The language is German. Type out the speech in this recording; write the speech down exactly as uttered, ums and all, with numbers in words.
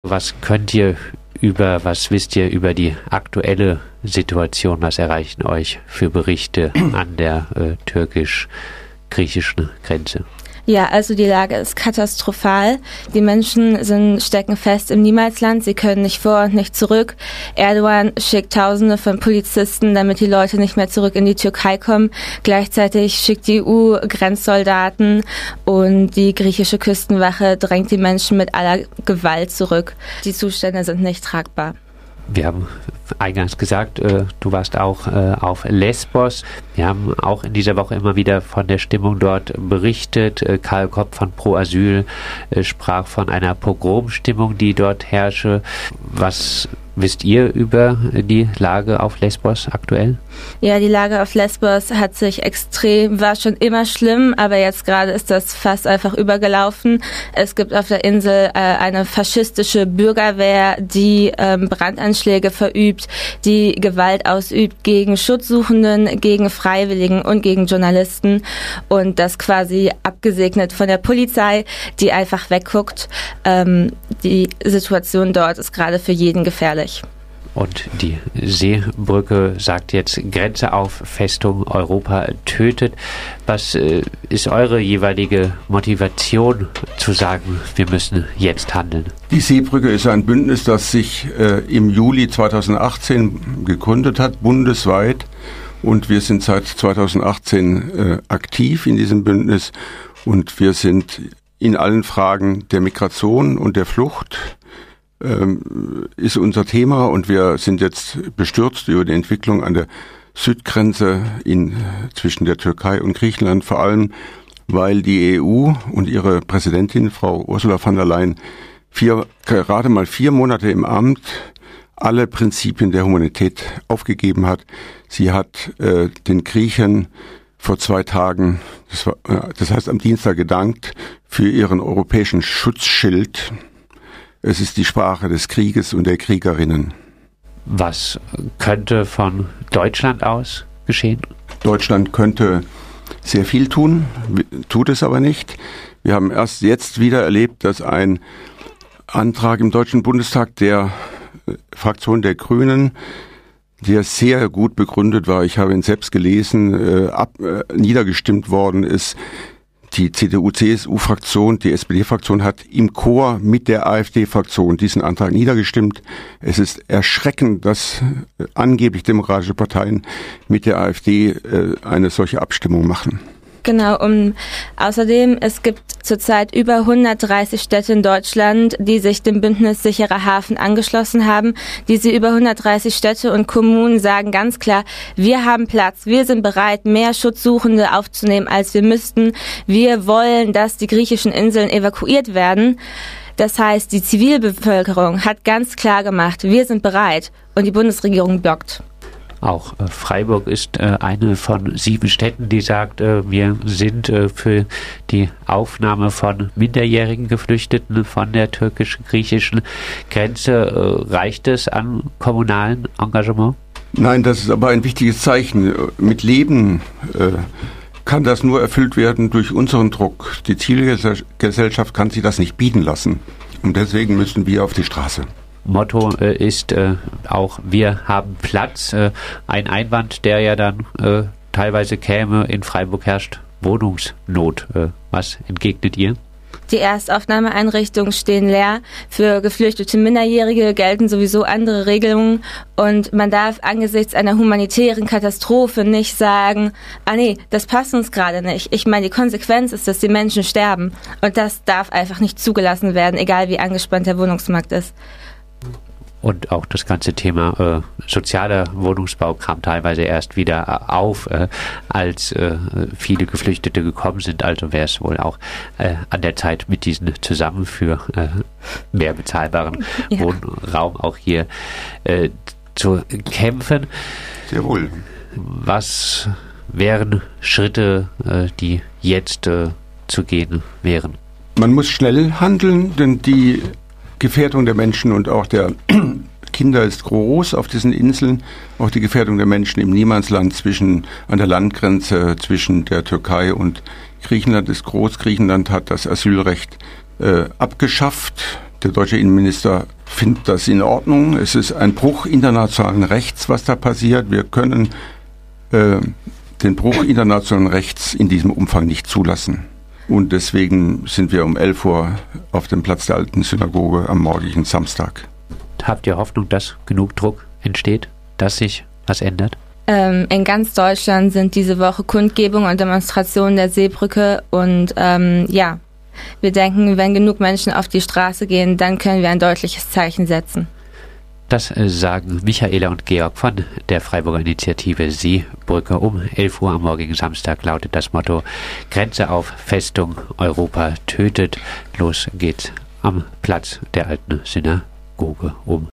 Was könnt ihr über, was wisst ihr über die aktuelle Situation? Was erreichen euch für Berichte an der äh, türkisch-griechischen Grenze? Ja, also die Lage ist katastrophal. Die Menschen sind, stecken fest im Niemalsland. Sie können nicht vor und nicht zurück. Erdogan schickt Tausende von Polizisten, damit die Leute nicht mehr zurück in die Türkei kommen. Gleichzeitig schickt die E U Grenzsoldaten und die griechische Küstenwache drängt die Menschen mit aller Gewalt zurück. Die Zustände sind nicht tragbar. Wir haben eingangs gesagt, äh, du warst auch äh, auf Lesbos. Wir haben auch in dieser Woche immer wieder von der Stimmung dort berichtet. Äh, Karl Kopp von Pro Asyl äh, sprach von einer Pogromstimmung, die dort herrsche. Was wisst ihr über die Lage auf Lesbos aktuell? Ja, die Lage auf Lesbos hat sich extrem, war schon immer schlimm, aber jetzt gerade ist das fast einfach übergelaufen. Es gibt auf der Insel äh, eine faschistische Bürgerwehr, die ähm, Brandanschläge verübt, die Gewalt ausübt gegen Schutzsuchenden, gegen Freiwilligen und gegen Journalisten und das quasi abgesegnet von der Polizei, die einfach wegguckt. Ähm, die Situation dort ist gerade für jeden gefährlich. Und die Seebrücke sagt jetzt Grenze auf, Festung Europa tötet. Was äh, ist eure jeweilige Motivation zu sagen, wir müssen jetzt handeln? Die Seebrücke ist ein Bündnis, das sich äh, im Juli zweitausendachtzehn gegründet hat, bundesweit. Und wir sind seit zweitausendachtzehn äh, aktiv in diesem Bündnis. Und wir sind in allen Fragen der Migration und der Flucht ist unser Thema und wir sind jetzt bestürzt über die Entwicklung an der Südgrenze in, zwischen der Türkei und Griechenland, vor allem weil die E U und ihre Präsidentin, Frau Ursula von der Leyen, vier, gerade mal vier Monate im Amt alle Prinzipien der Humanität aufgegeben hat. Sie hat äh, den Griechen vor zwei Tagen, das, war, das heißt am Dienstag, gedankt für ihren europäischen Schutzschild. Es ist die Sprache des Krieges und der Kriegerinnen. Was könnte von Deutschland aus geschehen? Deutschland könnte sehr viel tun, tut es aber nicht. Wir haben erst jetzt wieder erlebt, dass ein Antrag im Deutschen Bundestag der Fraktion der Grünen, der sehr gut begründet war, ich habe ihn selbst gelesen, äh, ab, äh, niedergestimmt worden ist. Die C D U-C S U-Fraktion, die S P D-Fraktion hat im Chor mit der AfD-Fraktion diesen Antrag niedergestimmt. Es ist erschreckend, dass äh, angeblich demokratische Parteien mit der AfD äh, eine solche Abstimmung machen. Genau, um, außerdem, es gibt zurzeit über hundertdreißig Städte in Deutschland, die sich dem Bündnis Sicherer Hafen angeschlossen haben. Diese über hundertdreißig Städte und Kommunen sagen ganz klar, wir haben Platz, wir sind bereit, mehr Schutzsuchende aufzunehmen, als wir müssten. Wir wollen, dass die griechischen Inseln evakuiert werden. Das heißt, die Zivilbevölkerung hat ganz klar gemacht, wir sind bereit und die Bundesregierung blockt. Auch äh, Freiburg ist äh, eine von sieben Städten, die sagt, äh, wir sind äh, für die Aufnahme von minderjährigen Geflüchteten von der türkisch-griechischen Grenze. Äh, reicht es an kommunalen Engagement? Nein, das ist aber ein wichtiges Zeichen. Mit Leben äh, kann das nur erfüllt werden durch unseren Druck. Die Zivilgesellschaft kann sich das nicht bieten lassen. Und deswegen müssen wir auf die Straße. Motto äh, ist äh, auch, wir haben Platz. Äh, ein Einwand, der ja dann äh, teilweise käme, in Freiburg herrscht Wohnungsnot. Äh, was entgegnet ihr? Die Erstaufnahmeeinrichtungen stehen leer. Für geflüchtete Minderjährige gelten sowieso andere Regelungen. Und man darf angesichts einer humanitären Katastrophe nicht sagen, ah nee, das passt uns gerade nicht. Ich meine, die Konsequenz ist, dass die Menschen sterben. Und das darf einfach nicht zugelassen werden, egal wie angespannt der Wohnungsmarkt ist. Und auch das ganze Thema äh, sozialer Wohnungsbau kam teilweise erst wieder äh, auf, äh, als äh, viele Geflüchtete gekommen sind. Also wäre es wohl auch äh, an der Zeit, mit diesen zusammen für äh, mehr bezahlbaren ja. Wohnraum auch hier äh, zu kämpfen. Sehr wohl. Was wären Schritte, äh, die jetzt äh, zu gehen wären? Man muss schnell handeln, denn die Gefährdung der Menschen und auch der Kinder ist groß auf diesen Inseln. Auch die Gefährdung der Menschen im Niemandsland zwischen, an der Landgrenze zwischen der Türkei und Griechenland ist groß. Griechenland hat das Asylrecht äh, abgeschafft. Der deutsche Innenminister findet das in Ordnung. Es ist ein Bruch internationalen Rechts, was da passiert. Wir können äh, den Bruch internationalen Rechts in diesem Umfang nicht zulassen. Und deswegen sind wir um elf Uhr auf dem Platz der Alten Synagoge am morgigen Samstag. Habt ihr Hoffnung, dass genug Druck entsteht, dass sich was ändert? Ähm, in ganz Deutschland sind diese Woche Kundgebungen und Demonstrationen der Seebrücke und ähm, ja, wir denken, wenn genug Menschen auf die Straße gehen, dann können wir ein deutliches Zeichen setzen. Das sagen Michaela und Georg von der Freiburger Initiative Seebrücke. Um elf Uhr am morgigen Samstag lautet das Motto: Grenze auf, Festung Europa tötet. Los geht's am Platz der Alten Synagoge um